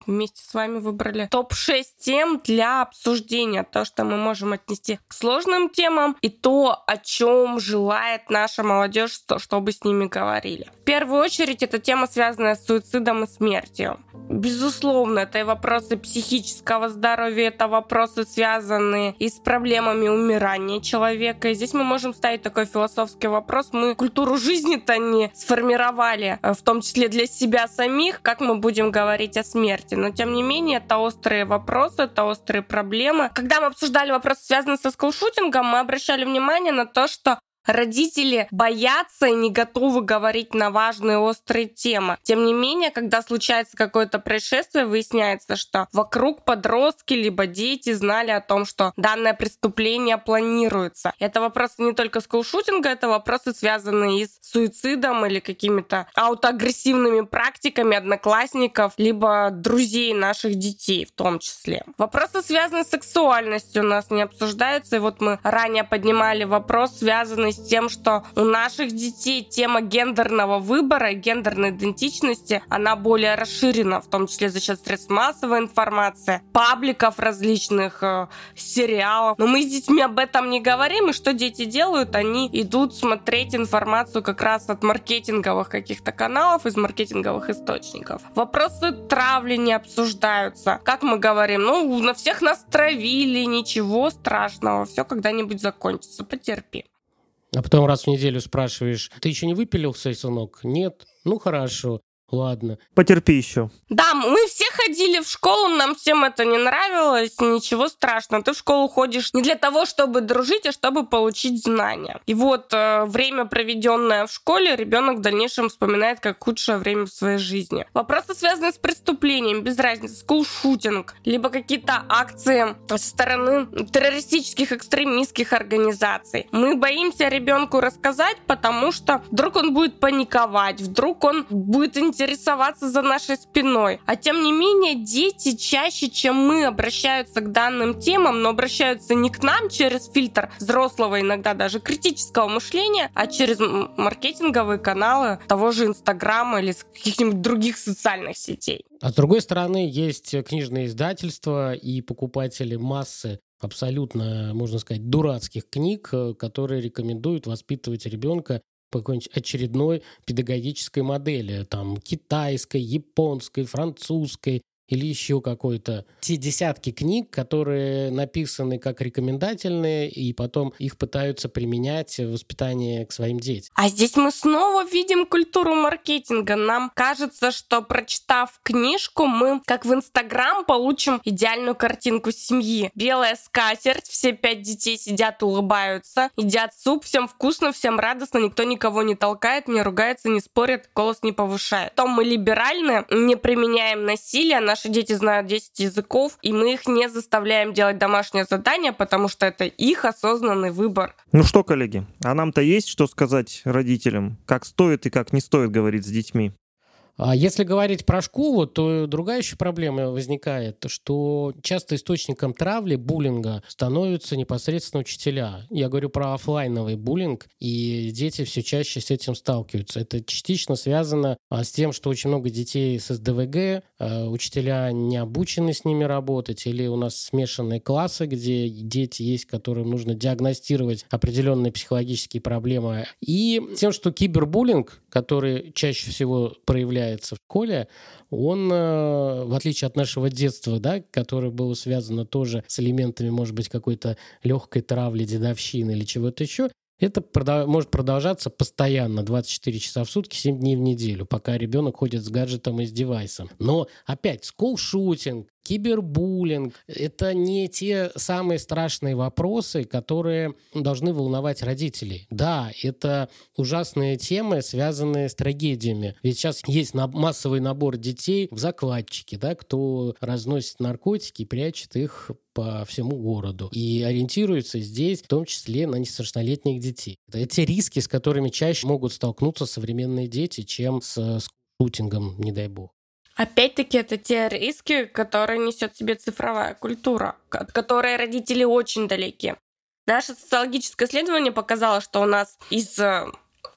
вместе с вами выбрали топ шесть тем для обсуждения. То, что мы можем отнести к сложным темам, и то, о чем желает наша молодежь, чтобы с ними говорили. В первую очередь, это тема, связанная с суицидом и смертью. Безусловно, это и вопросы психического здоровья, это вопросы, связанные и с проблемами умирания человека. И здесь мы можем ставить такой философский вопрос. Мы культуру жизни-то не сформировали, в том числе для себя самих, как мы будем говорить о смерти. Но, тем не менее, это острые вопросы, это острые проблемы. Когда мы обсуждали вопросы, связанные со скулшутингом, мы обращали внимание на то, что родители боятся и не готовы говорить на важные острые темы. Тем не менее, когда случается какое-то происшествие, выясняется, что вокруг подростки либо дети знали о том, что данное преступление планируется. Это вопросы не только скулшутинга, это вопросы, связанные и с суицидом или какими-то аутоагрессивными практиками одноклассников, либо друзей наших детей в том числе. Вопросы, связанные с сексуальностью, у нас не обсуждаются. И вот мы ранее поднимали вопрос, связанный с тем, что у наших детей тема гендерного выбора, гендерной идентичности, она более расширена, в том числе за счет средств массовой информации, пабликов различных, э, сериалов. Но мы с детьми об этом не говорим, и что дети делают? Они идут смотреть информацию как раз от маркетинговых каких-то каналов, из маркетинговых источников. Вопросы травли не обсуждаются. Как мы говорим, ну, на всех нас травили, ничего страшного, все когда-нибудь закончится, потерпи. А потом раз в неделю спрашиваешь, ты еще не выпилился, сынок? Нет? Ну хорошо. Ладно. Потерпи еще. Да, мы все ходили в школу, нам всем это не нравилось, ничего страшного. Ты в школу ходишь не для того, чтобы дружить, а чтобы получить знания. И вот э, время, проведенное в школе, ребенок в дальнейшем вспоминает как худшее время в своей жизни. Вопросы, связанные с преступлением, без разницы, скулшутинг, либо какие-то акции со стороны террористических, экстремистских организаций. Мы боимся ребенку рассказать, потому что вдруг он будет паниковать, вдруг он будет интересоваться интересоваться за нашей спиной. А тем не менее, дети чаще, чем мы, обращаются к данным темам, но обращаются не к нам через фильтр взрослого, иногда даже критического мышления, а через маркетинговые каналы того же Инстаграма или каких-нибудь других социальных сетей. А с другой стороны, есть книжные издательства и покупатели массы абсолютно, можно сказать, дурацких книг, которые рекомендуют воспитывать ребенка по какой-нибудь очередной педагогической модели, там, китайской, японской, французской или еще какой-то. Те десятки книг, которые написаны как рекомендательные, и потом их пытаются применять в воспитании к своим детям. А здесь мы снова видим культуру маркетинга. Нам кажется, что, прочитав книжку, мы, как в Инстаграм, получим идеальную картинку семьи. Белая скатерть, все пять детей сидят, улыбаются, едят суп, всем вкусно, всем радостно, никто никого не толкает, не ругается, не спорит, голос не повышает. Потом мы либеральны, не применяем насилие, наши дети знают десять языков, и мы их не заставляем делать домашнее задание, потому что это их осознанный выбор. Ну что, коллеги, а нам-то есть что сказать родителям, как стоит и как не стоит говорить с детьми? А если говорить про школу, то другая еще проблема возникает, что часто источником травли, буллинга становятся непосредственно учителя. Я говорю про офлайновый буллинг, и дети все чаще с этим сталкиваются. Это частично связано с тем, что очень много детей с эс дэ вэ гэ, учителя не обучены с ними работать, или у нас смешанные классы, где дети есть, которым нужно диагностировать определенные психологические проблемы. И тем, что кибербуллинг, который чаще всего проявляется в школе, он, в отличие от нашего детства, да, которое было связано тоже с элементами, может быть, какой-то легкой травли, дедовщины или чего-то еще, это продав- может продолжаться постоянно, двадцать четыре часа в сутки, семь дней в неделю, пока ребенок ходит с гаджетом и с девайсом. Но опять, скулшутинг, кибербуллинг — это не те самые страшные вопросы, которые должны волновать родителей. Да, это ужасные темы, связанные с трагедиями. Ведь сейчас есть массовый набор детей в закладчике, да, кто разносит наркотики и прячет их по всему городу. И ориентируется здесь в том числе на несовершеннолетних детей. Это те риски, с которыми чаще могут столкнуться современные дети, чем с скулшутингом, не дай бог. Опять-таки, это те риски, которые несет в себе цифровая культура, от которой родители очень далеки. Наше социологическое исследование показало, что у нас из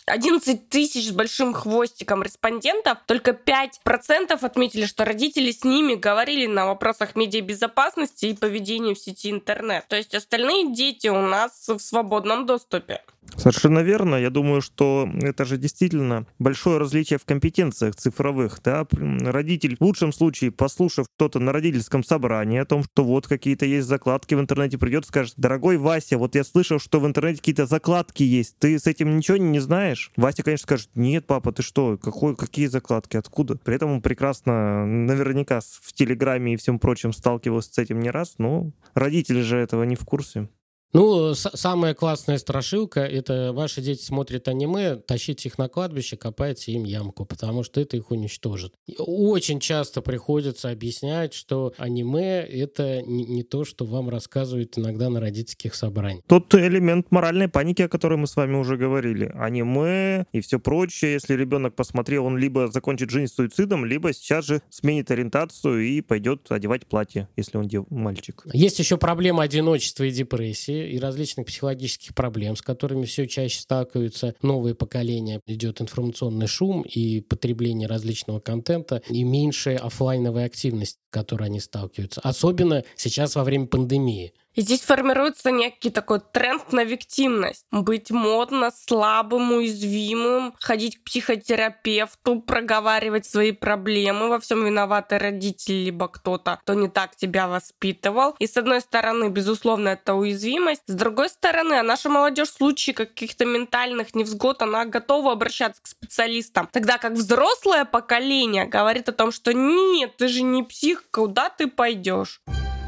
одиннадцать тысяч с большим хвостиком респондентов, только пять процентов отметили, что родители с ними говорили на вопросах медиабезопасности и поведения в сети интернет. То есть остальные дети у нас в свободном доступе. Совершенно верно. Я думаю, что это же действительно большое различие в компетенциях цифровых. Да? Родитель, в лучшем случае, послушав что-то на родительском собрании о том, что вот какие-то есть закладки в интернете, придет и скажет: дорогой Вася, вот я слышал, что в интернете какие-то закладки есть. Ты с этим ничего не знаешь? Вася, конечно, скажет: нет, папа, ты что? Какой, какие закладки? Откуда? При этом он прекрасно, наверняка, в Телеграме и всем прочем сталкивался с этим не раз, но родители же этого не в курсе. Ну, с- самая классная страшилка — это ваши дети смотрят аниме, тащите их на кладбище, копайте им ямку, потому что это их уничтожит. И очень часто приходится объяснять, что аниме — это не, не то, что вам рассказывают иногда на родительских собраниях. Тот элемент моральной паники, о которой мы с вами уже говорили. Аниме и все прочее. Если ребенок посмотрел, он либо закончит жизнь суицидом, либо сейчас же сменит ориентацию и пойдет одевать платье, если он дев- мальчик. Есть еще проблема одиночества и депрессии, и различных психологических проблем, с которыми все чаще сталкиваются новые поколения. Идет информационный шум и потребление различного контента, и меньшая офлайновая активность, с которой они сталкиваются. Особенно сейчас во время пандемии. И здесь формируется некий такой тренд на виктимность. Быть модно, слабым, уязвимым, ходить к психотерапевту, проговаривать свои проблемы. Во всем виноваты родители, либо кто-то, кто не так тебя воспитывал. И с одной стороны, безусловно, это уязвимость. С другой стороны, а наша молодежь в случае каких-то ментальных невзгод, она готова обращаться к специалистам. Тогда как взрослое поколение говорит о том, что нет, ты же не псих, куда ты пойдешь?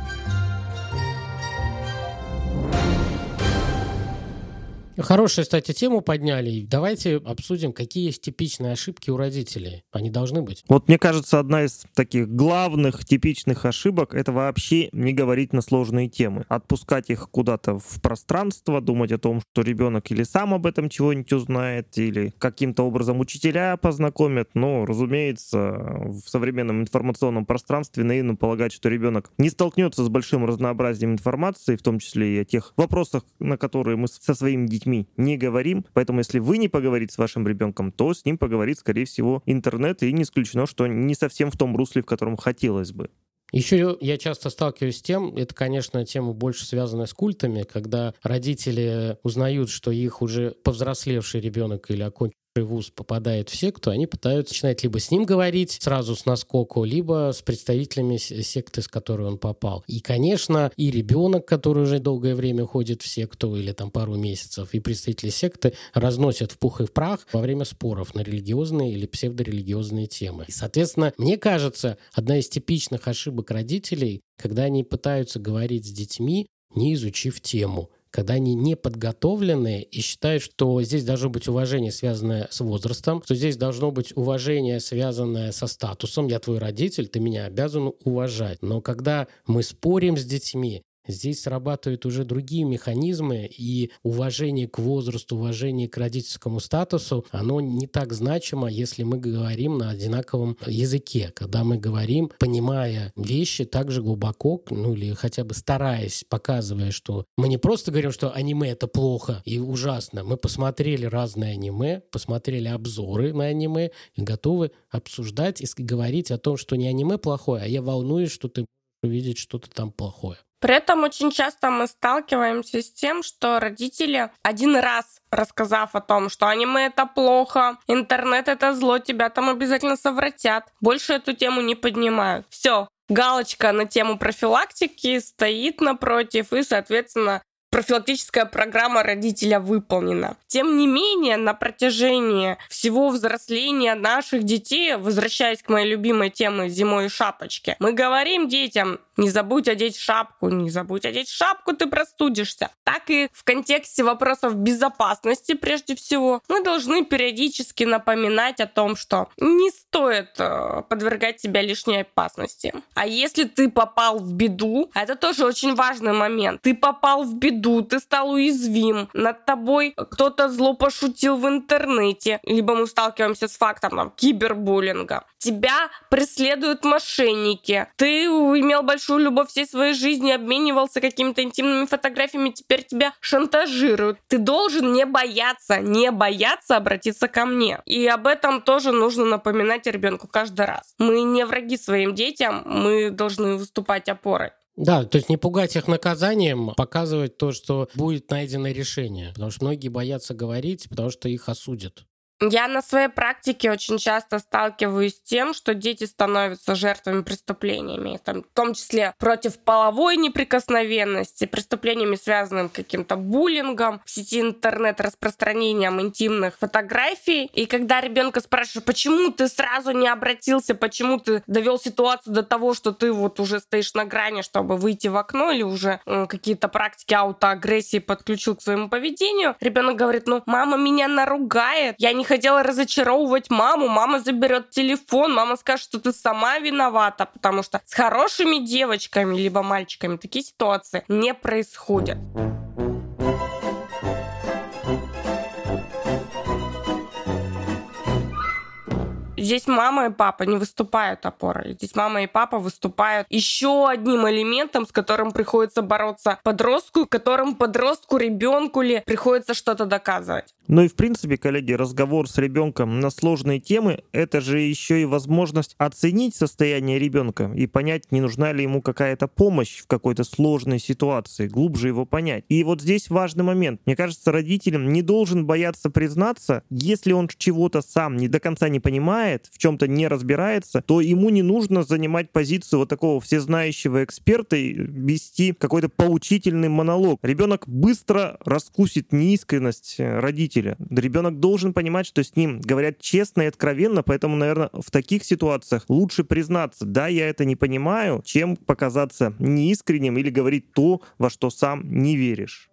Хорошую, кстати, тему подняли. Давайте обсудим, какие есть типичные ошибки у родителей. Они должны быть. Вот мне кажется, одна из таких главных типичных ошибок — это вообще не говорить на сложные темы. Отпускать их куда-то в пространство, думать о том, что ребенок или сам об этом чего-нибудь узнает, или каким-то образом учителя познакомят. Но, разумеется, в современном информационном пространстве наивно полагать, что ребенок не столкнется с большим разнообразием информации, в том числе и о тех вопросах, на которые мы со своими детьми не говорим. Поэтому, если вы не поговорите с вашим ребенком, то с ним поговорит, скорее всего, интернет, и не исключено, что не совсем в том русле, в котором хотелось бы. Еще я часто сталкиваюсь с тем, это, конечно, тема больше связанная с культами, когда родители узнают, что их уже повзрослевший ребенок или окончивший вуз попадает в секту, они пытаются начинать либо с ним говорить сразу с наскоку, либо с представителями секты, с которой он попал. И, конечно, и ребенок, который уже долгое время ходит в секту или там пару месяцев, и представители секты разносят в пух и в прах во время споров на религиозные или псевдорелигиозные темы. И, соответственно, мне кажется, одна из типичных ошибок родителей, когда они пытаются говорить с детьми, не изучив тему, когда они не подготовлены и считают, что здесь должно быть уважение, связанное с возрастом, что здесь должно быть уважение, связанное со статусом. Я твой родитель, ты меня обязан уважать. Но когда мы спорим с детьми, здесь срабатывают уже другие механизмы, и уважение к возрасту, уважение к родительскому статусу, оно не так значимо, если мы говорим на одинаковом языке, когда мы говорим, понимая вещи так же глубоко, ну или хотя бы стараясь, показывая, что мы не просто говорим, что аниме — это плохо и ужасно, мы посмотрели разные аниме, посмотрели обзоры на аниме и готовы обсуждать и говорить о том, что не аниме плохое, а я волнуюсь, что ты можешь увидеть что-то там плохое. При этом очень часто мы сталкиваемся с тем, что родители, один раз рассказав о том, что аниме — это плохо, интернет — это зло, тебя там обязательно совратят, больше эту тему не поднимают. Все, галочка на тему профилактики стоит напротив, и, соответственно, профилактическая программа родителя выполнена. Тем не менее, на протяжении всего взросления наших детей, возвращаясь к моей любимой теме «Зимой и шапочки», мы говорим детям: не забудь одеть шапку, не забудь одеть шапку, ты простудишься. Так и в контексте вопросов безопасности, прежде всего, мы должны периодически напоминать о том, что не стоит э, подвергать себя лишней опасности. А если ты попал в беду, это тоже очень важный момент, ты попал в беду, ты стал уязвим, над тобой кто-то зло пошутил в интернете, либо мы сталкиваемся с фактом там, кибербуллинга, тебя преследуют мошенники, ты имел большое большую любовь всей своей жизни, обменивался какими-то интимными фотографиями, теперь тебя шантажируют. Ты должен не бояться, не бояться обратиться ко мне. И об этом тоже нужно напоминать ребенку каждый раз. Мы не враги своим детям, мы должны выступать опорой. Да, то есть не пугать их наказанием, показывать то, что будет найдено решение. Потому что многие боятся говорить, потому что их осудят. Я на своей практике очень часто сталкиваюсь с тем, что дети становятся жертвами преступлениями, там, в том числе против половой неприкосновенности, преступлениями, связанными с каким-то буллингом, в сети интернет, распространением интимных фотографий. И когда ребенка спрашивают, почему ты сразу не обратился, почему ты довел ситуацию до того, что ты вот уже стоишь на грани, чтобы выйти в окно, или уже э, какие-то практики аутоагрессии подключил к своему поведению, ребенок говорит, ну, мама меня наругает, я не хотела разочаровывать маму, мама заберет телефон, мама скажет, что ты сама виновата, потому что с хорошими девочками либо мальчиками такие ситуации не происходят. Здесь мама и папа не выступают опорой. Здесь мама и папа выступают еще одним элементом, с которым приходится бороться подростку, которым подростку, ребенку ли приходится что-то доказывать. Ну и в принципе, коллеги, разговор с ребенком на сложные темы — это же еще и возможность оценить состояние ребенка и понять, не нужна ли ему какая-то помощь в какой-то сложной ситуации, глубже его понять. И вот здесь важный момент. Мне кажется, родителям не должен бояться признаться, если он чего-то сам не до конца не понимает, в чем-то не разбирается, то ему не нужно занимать позицию вот такого всезнающего эксперта и вести какой-то поучительный монолог. Ребенок быстро раскусит неискренность родителя. Ребенок должен понимать, что с ним говорят честно и откровенно, поэтому, наверное, в таких ситуациях лучше признаться, да, я это не понимаю, чем показаться неискренним или говорить то, во что сам не веришь.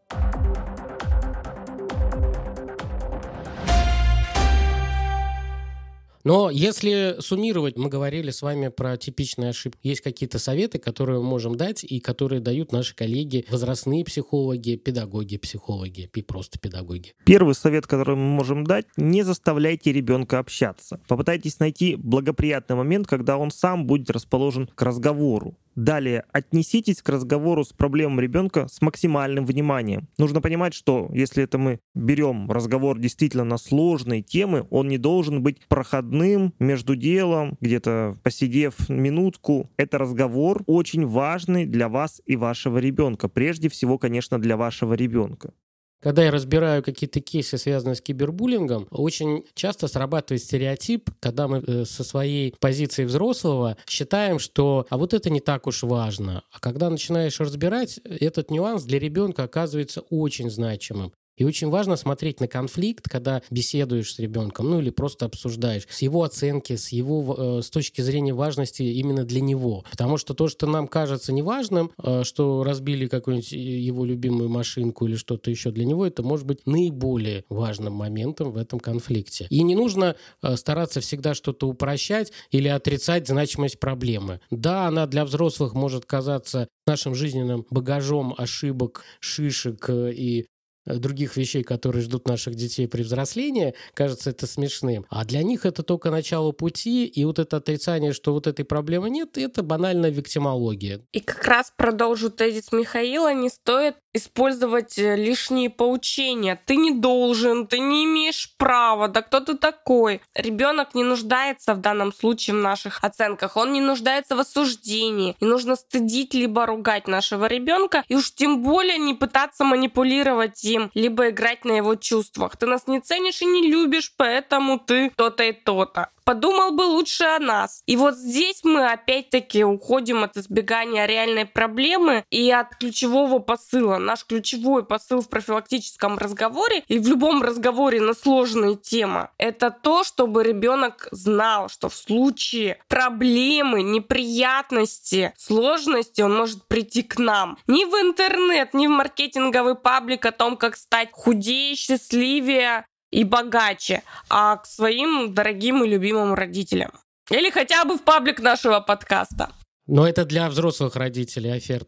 Но если суммировать, мы говорили с вами про типичные ошибки. Есть какие-то советы, которые мы можем дать и которые дают наши коллеги, возрастные психологи, педагоги, психологи и просто педагоги. Первый совет, который мы можем дать: не заставляйте ребенка общаться. Попытайтесь найти благоприятный момент, когда он сам будет расположен к разговору. Далее, отнеситесь к разговору с проблемой ребенка с максимальным вниманием. Нужно понимать, что если это мы берем разговор действительно на сложные темы, он не должен быть проходным между делом, где-то посидев минутку. Это разговор очень важный для вас и вашего ребенка. Прежде всего, конечно, для вашего ребенка. Когда я разбираю какие-то кейсы, связанные с кибербуллингом, очень часто срабатывает стереотип, когда мы со своей позиции взрослого считаем, что а вот это не так уж важно. А когда начинаешь разбирать, этот нюанс для ребенка оказывается очень значимым. И очень важно смотреть на конфликт, когда беседуешь с ребенком, ну или просто обсуждаешь, с его оценки, с его, э, с точки зрения важности именно для него. Потому что то, что нам кажется неважным, э, что разбили какую-нибудь его любимую машинку или что-то еще, для него это может быть наиболее важным моментом в этом конфликте. И не нужно э, стараться всегда что-то упрощать или отрицать значимость проблемы. Да, она для взрослых может казаться нашим жизненным багажом ошибок, шишек э, и других вещей, которые ждут наших детей при взрослении, кажется это смешным. А для них это только начало пути, и вот это отрицание, что вот этой проблемы нет, это банальная виктимология. И как раз продолжу тезис Михаила, не стоит использовать лишние поучения. Ты не должен, ты не имеешь права, да кто ты такой? Ребенок не нуждается в данном случае в наших оценках, он не нуждается в осуждении. Не нужно стыдить либо ругать нашего ребенка, и уж тем более не пытаться манипулировать им, либо играть на его чувствах. Ты нас не ценишь и не любишь, поэтому ты то-то и то-то. Подумал бы лучше о нас. И вот здесь мы опять-таки уходим от избегания реальной проблемы и от ключевого посыла. Наш ключевой посыл в профилактическом разговоре и в любом разговоре на сложные темы — это то, чтобы ребенок знал, что в случае проблемы, неприятности, сложности он может прийти к нам. Не в интернет, не в маркетинговый паблик о том, как стать худее, счастливее и богаче, а к своим дорогим и любимым родителям. Или хотя бы в паблик нашего подкаста. Но это для взрослых родителей оферта.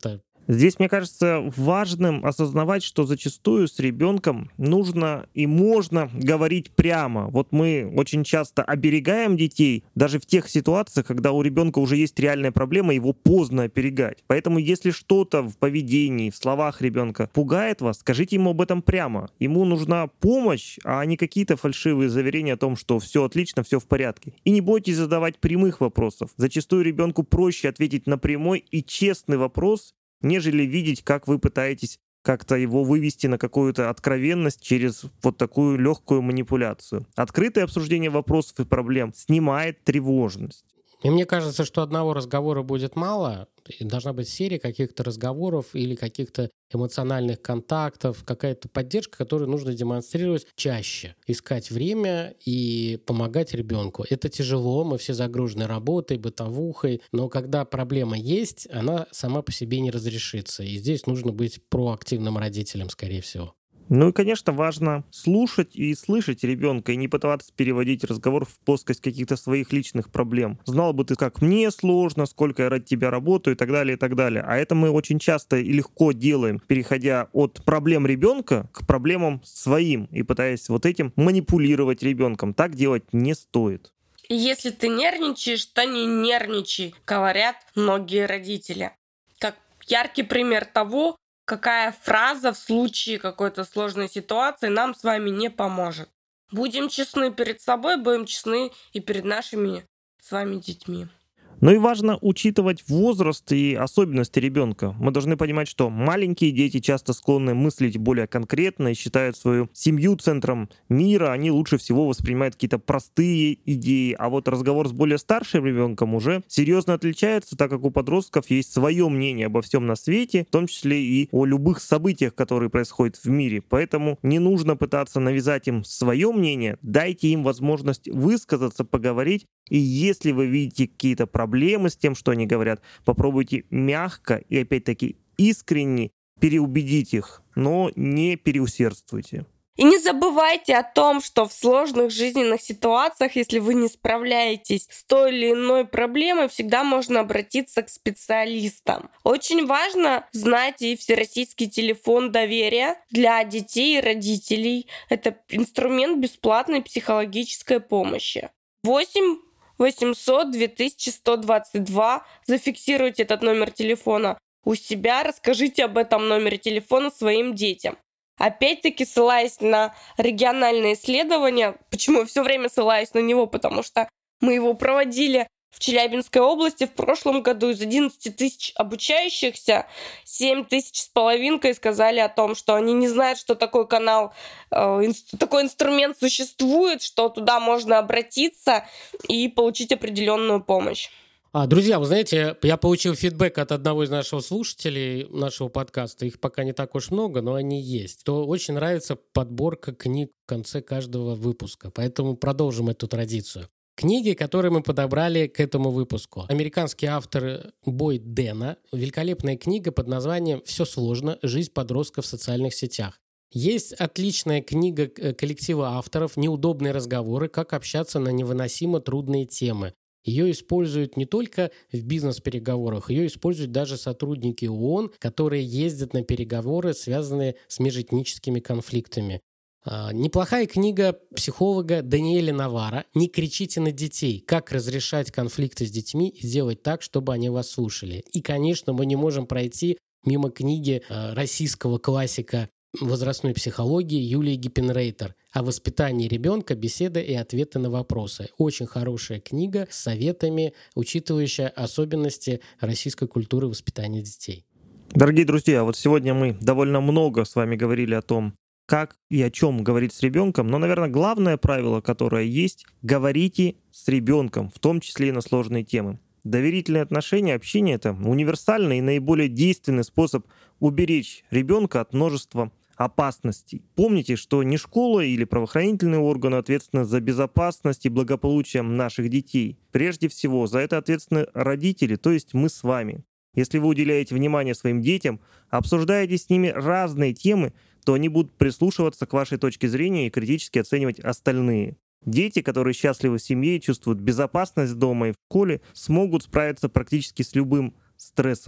Здесь, мне кажется, важным осознавать, что зачастую с ребенком нужно и можно говорить прямо. Вот мы очень часто оберегаем детей, даже в тех ситуациях, когда у ребенка уже есть реальная проблема, его поздно оберегать. Поэтому если что-то в поведении, в словах ребенка пугает вас, скажите ему об этом прямо. Ему нужна помощь, а не какие-то фальшивые заверения о том, что все отлично, все в порядке. И не бойтесь задавать прямых вопросов. Зачастую ребенку проще ответить на прямой и честный вопрос, нежели видеть, как вы пытаетесь как-то его вывести на какую-то откровенность через вот такую легкую манипуляцию. Открытое обсуждение вопросов и проблем снимает тревожность. И мне кажется, что одного разговора будет мало. Должна быть серия каких-то разговоров или каких-то эмоциональных контактов, какая-то поддержка, которую нужно демонстрировать чаще. Искать время и помогать ребенку. Это тяжело, мы все загружены работой, бытовухой, но когда проблема есть, она сама по себе не разрешится. И здесь нужно быть проактивным родителем, скорее всего. Ну и, конечно, важно слушать и слышать ребенка, и не пытаться переводить разговор в плоскость каких-то своих личных проблем. Знал бы ты, как мне сложно, сколько я ради тебя работаю и так далее, и так далее. А это мы очень часто и легко делаем, переходя от проблем ребенка к проблемам своим и пытаясь вот этим манипулировать ребенком. Так делать не стоит. И если ты нервничаешь, то не нервничай, говорят многие родители. Как яркий пример того, какая фраза в случае какой-то сложной ситуации нам с вами не поможет. Будем честны перед собой, будем честны и перед нашими с вами детьми. Ну и важно учитывать возраст и особенности ребенка. Мы должны понимать, что маленькие дети часто склонны мыслить более конкретно и считают свою семью центром мира. Они лучше всего воспринимают какие-то простые идеи. А вот разговор с более старшим ребенком уже серьезно отличается, так как у подростков есть свое мнение обо всем на свете, в том числе и о любых событиях, которые происходят в мире. Поэтому не нужно пытаться навязать им свое мнение. Дайте им возможность высказаться, поговорить. И если вы видите какие-то проблемы с тем, что они говорят, попробуйте мягко и, опять-таки, искренне переубедить их, но не переусердствуйте. И не забывайте о том, что в сложных жизненных ситуациях, если вы не справляетесь с той или иной проблемой, всегда можно обратиться к специалистам. Очень важно знать и всероссийский телефон доверия для детей и родителей. Это инструмент бесплатной психологической помощи. восемь восемьсот две тысячи сто двадцать два. Зафиксируйте этот номер телефона у себя, расскажите об этом номере телефона своим детям. Опять-таки, ссылаясь на региональные исследования, почему я все время ссылаюсь на него, потому что мы его проводили в Челябинской области в прошлом году. Из одиннадцати тысяч обучающихся семь тысяч с половинкой сказали о том, что они не знают, что такой канал, э, инст- такой инструмент существует, что туда можно обратиться и получить определенную помощь. А, друзья, вы знаете, я получил фидбэк от одного из наших слушателей нашего подкаста. Их пока не так уж много, но они есть. То очень нравится подборка книг в конце каждого выпуска. Поэтому продолжим эту традицию. Книги, которые мы подобрали к этому выпуску. Американский автор Бойд Дэна. Великолепная книга под названием «Все сложно. Жизнь подростка в социальных сетях». Есть отличная книга коллектива авторов «Неудобные разговоры. Как общаться на невыносимо трудные темы». Ее используют не только в бизнес-переговорах, ее используют даже сотрудники ООН, которые ездят на переговоры, связанные с межэтническими конфликтами. А, неплохая книга психолога Даниэля Навара «Не кричите на детей. Как разрешать конфликты с детьми и делать так, чтобы они вас слушали». И, конечно, мы не можем пройти мимо книги а, российского классика возрастной психологии Юлии Гиппенрейтер «О воспитании ребенка. Беседы и ответы на вопросы». Очень хорошая книга с советами, учитывающая особенности российской культуры воспитания детей. Дорогие друзья, вот сегодня мы довольно много с вами говорили о том, как и о чем говорить с ребенком, но, наверное, главное правило, которое есть, говорите с ребенком, в том числе и на сложные темы. Доверительные отношения, общение — это универсальный и наиболее действенный способ уберечь ребенка от множества опасностей. Помните, что не школа или правоохранительные органы ответственны за безопасность и благополучие наших детей. Прежде всего, за это ответственны родители, то есть мы с вами. Если вы уделяете внимание своим детям, обсуждаете с ними разные темы, то они будут прислушиваться к вашей точке зрения и критически оценивать остальные. Дети, которые счастливы в семье и чувствуют безопасность дома и в школе, смогут справиться практически с любым стрессом.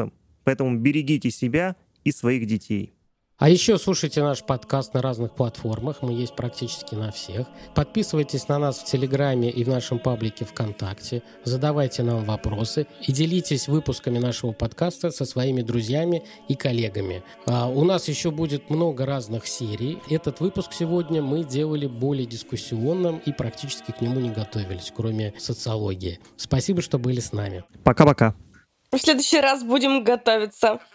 Поэтому берегите себя и своих детей. А еще слушайте наш подкаст на разных платформах, мы есть практически на всех. Подписывайтесь на нас в Телеграме и в нашем паблике ВКонтакте, задавайте нам вопросы и делитесь выпусками нашего подкаста со своими друзьями и коллегами. А у нас еще будет много разных серий. Этот выпуск сегодня мы делали более дискуссионным и практически к нему не готовились, кроме социологии. Спасибо, что были с нами. Пока-пока. В следующий раз будем готовиться.